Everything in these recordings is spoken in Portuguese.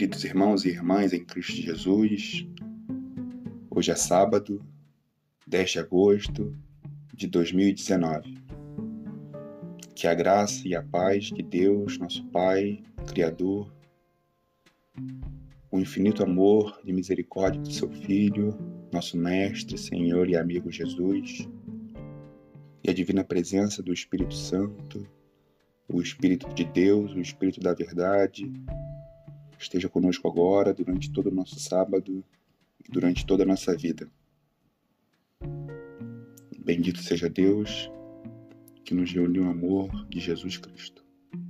Queridos irmãos e irmãs em Cristo Jesus, hoje é sábado, 10 de agosto de 2019. Que a graça e a paz de Deus, nosso Pai, Criador, o infinito amor e misericórdia de seu Filho, nosso Mestre, Senhor e amigo Jesus, e a divina presença do Espírito Santo, o Espírito de Deus, o Espírito da verdade, esteja conosco agora, durante todo o nosso sábado e durante toda a nossa vida. Bendito seja Deus que nos reuniu no amor de Jesus Cristo.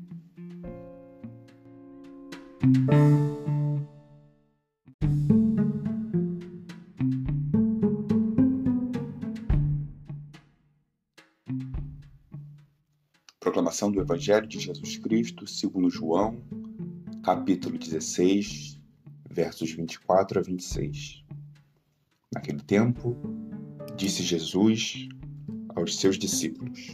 Proclamação do Evangelho de Jesus Cristo segundo João, capítulo 16, versos 24 a 26. Naquele tempo, disse Jesus aos seus discípulos: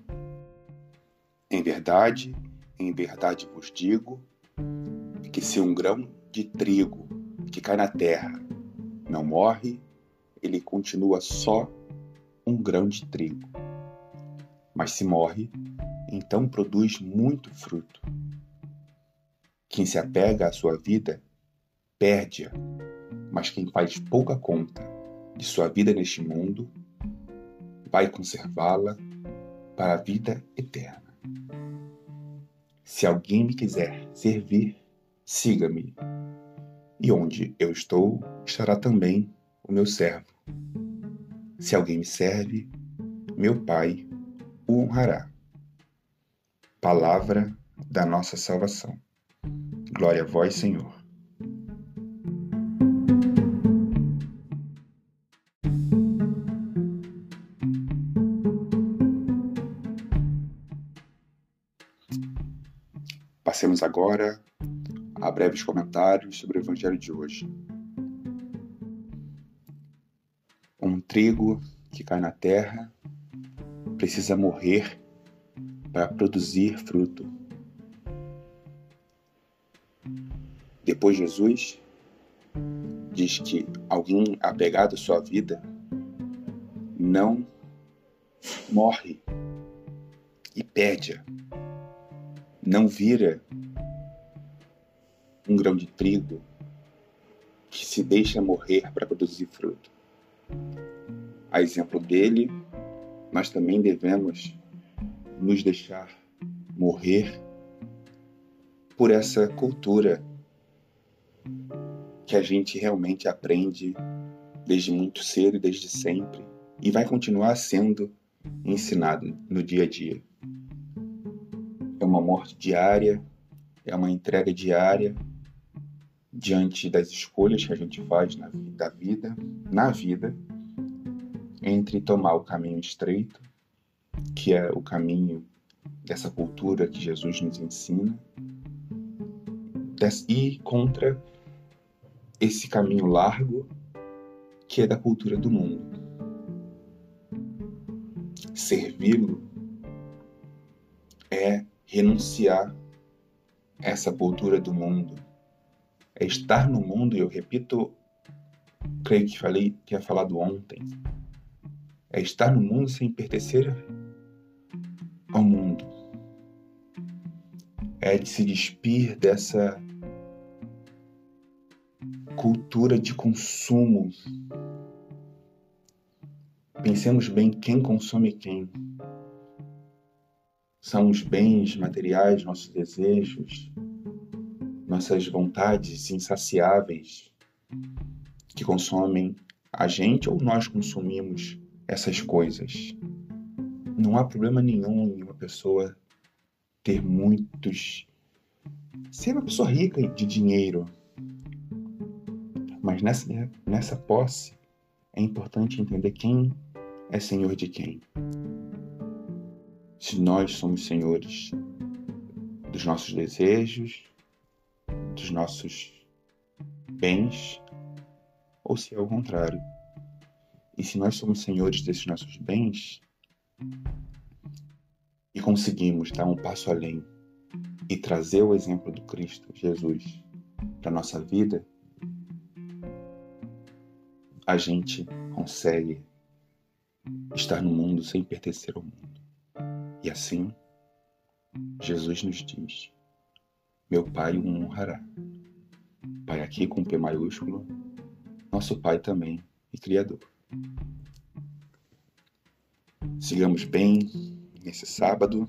em verdade vos digo, que se um grão de trigo que cai na terra não morre, ele continua só um grão de trigo. Mas se morre, então produz muito fruto. Quem se apega à sua vida, perde-a, mas quem faz pouca conta de sua vida neste mundo, vai conservá-la para a vida eterna. Se alguém me quiser servir, siga-me, e onde eu estou, estará também o meu servo. Se alguém me serve, meu Pai o honrará. Palavra da nossa salvação. Glória a vós, Senhor. Passemos agora a breves comentários sobre o Evangelho de hoje. Um trigo que cai na terra precisa morrer para produzir fruto. Depois Jesus diz que alguém apegado à sua vida não morre e perde-a. Não vira um grão de trigo que se deixa morrer para produzir fruto. A exemplo dele, nós também devemos nos deixar morrer por essa cultura que a gente realmente aprende desde muito cedo e desde sempre e vai continuar sendo ensinado no dia a dia. É uma morte diária, é uma entrega diária diante das escolhas que a gente faz na vida, entre tomar o caminho estreito, que é o caminho dessa cultura que Jesus nos ensina, e contra esse caminho largo, que é da cultura do mundo. Servi-lo é renunciar a essa cultura do mundo. É estar no mundo, e eu repito, creio que tinha falado ontem, é estar no mundo sem pertencer ao mundo. É de se despir dessa cultura de consumo. Pensemos bem quem consome quem. São os bens materiais, nossos desejos, nossas vontades insaciáveis que consomem a gente, ou nós consumimos essas coisas. Não há problema nenhum em uma pessoa ter ser uma pessoa rica de dinheiro. Mas nessa posse é importante entender quem é senhor de quem. Se nós somos senhores dos nossos desejos, dos nossos bens, ou se é o contrário. E se nós somos senhores desses nossos bens e conseguimos dar um passo além e trazer o exemplo do Cristo Jesus para a nossa vida, a gente consegue estar no mundo sem pertencer ao mundo. E assim, Jesus nos diz: meu Pai o honrará. Pai aqui com P maiúsculo, nosso Pai também e Criador. Sigamos bem nesse sábado.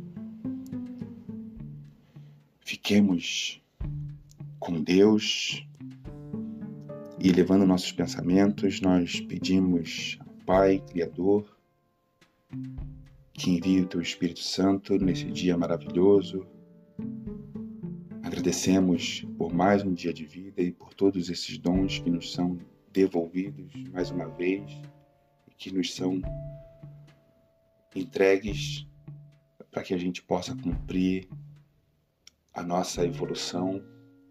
Fiquemos com Deus e, elevando nossos pensamentos, nós pedimos ao Pai Criador que envie o Teu Espírito Santo nesse dia maravilhoso. Agradecemos por mais um dia de vida e por todos esses dons que nos são devolvidos mais uma vez e que nos são entregues para que a gente possa cumprir a nossa evolução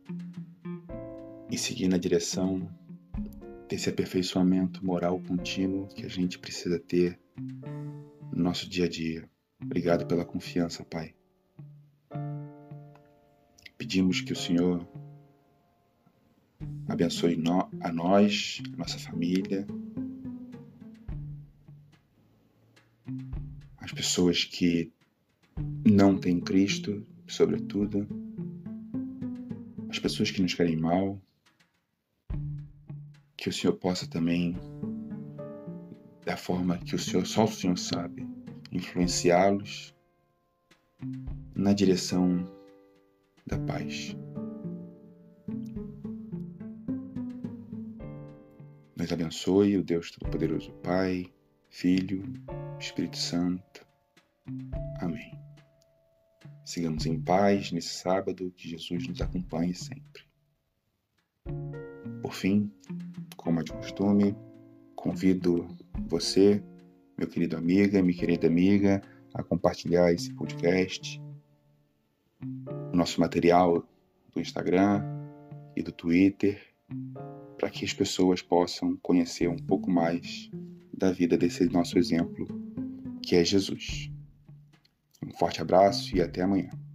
e seguir na direção desse aperfeiçoamento moral contínuo que a gente precisa ter no nosso dia a dia. Obrigado pela confiança, Pai. Pedimos que o Senhor abençoe a nós, a nossa família, as pessoas que não têm Cristo, sobretudo, as pessoas que nos querem mal, que o Senhor possa também, da forma que só o Senhor sabe, influenciá-los na direção da paz. Nos abençoe o Deus Todo-Poderoso, Pai, Filho, Espírito Santo. Amém. Sigamos em paz nesse sábado, que Jesus nos acompanhe sempre. Por fim, como é de costume, convido você, meu querido amiga, minha querida amiga, a compartilhar esse podcast, o nosso material do Instagram e do Twitter, para que as pessoas possam conhecer um pouco mais da vida desse nosso exemplo, que é Jesus. Um forte abraço e até amanhã.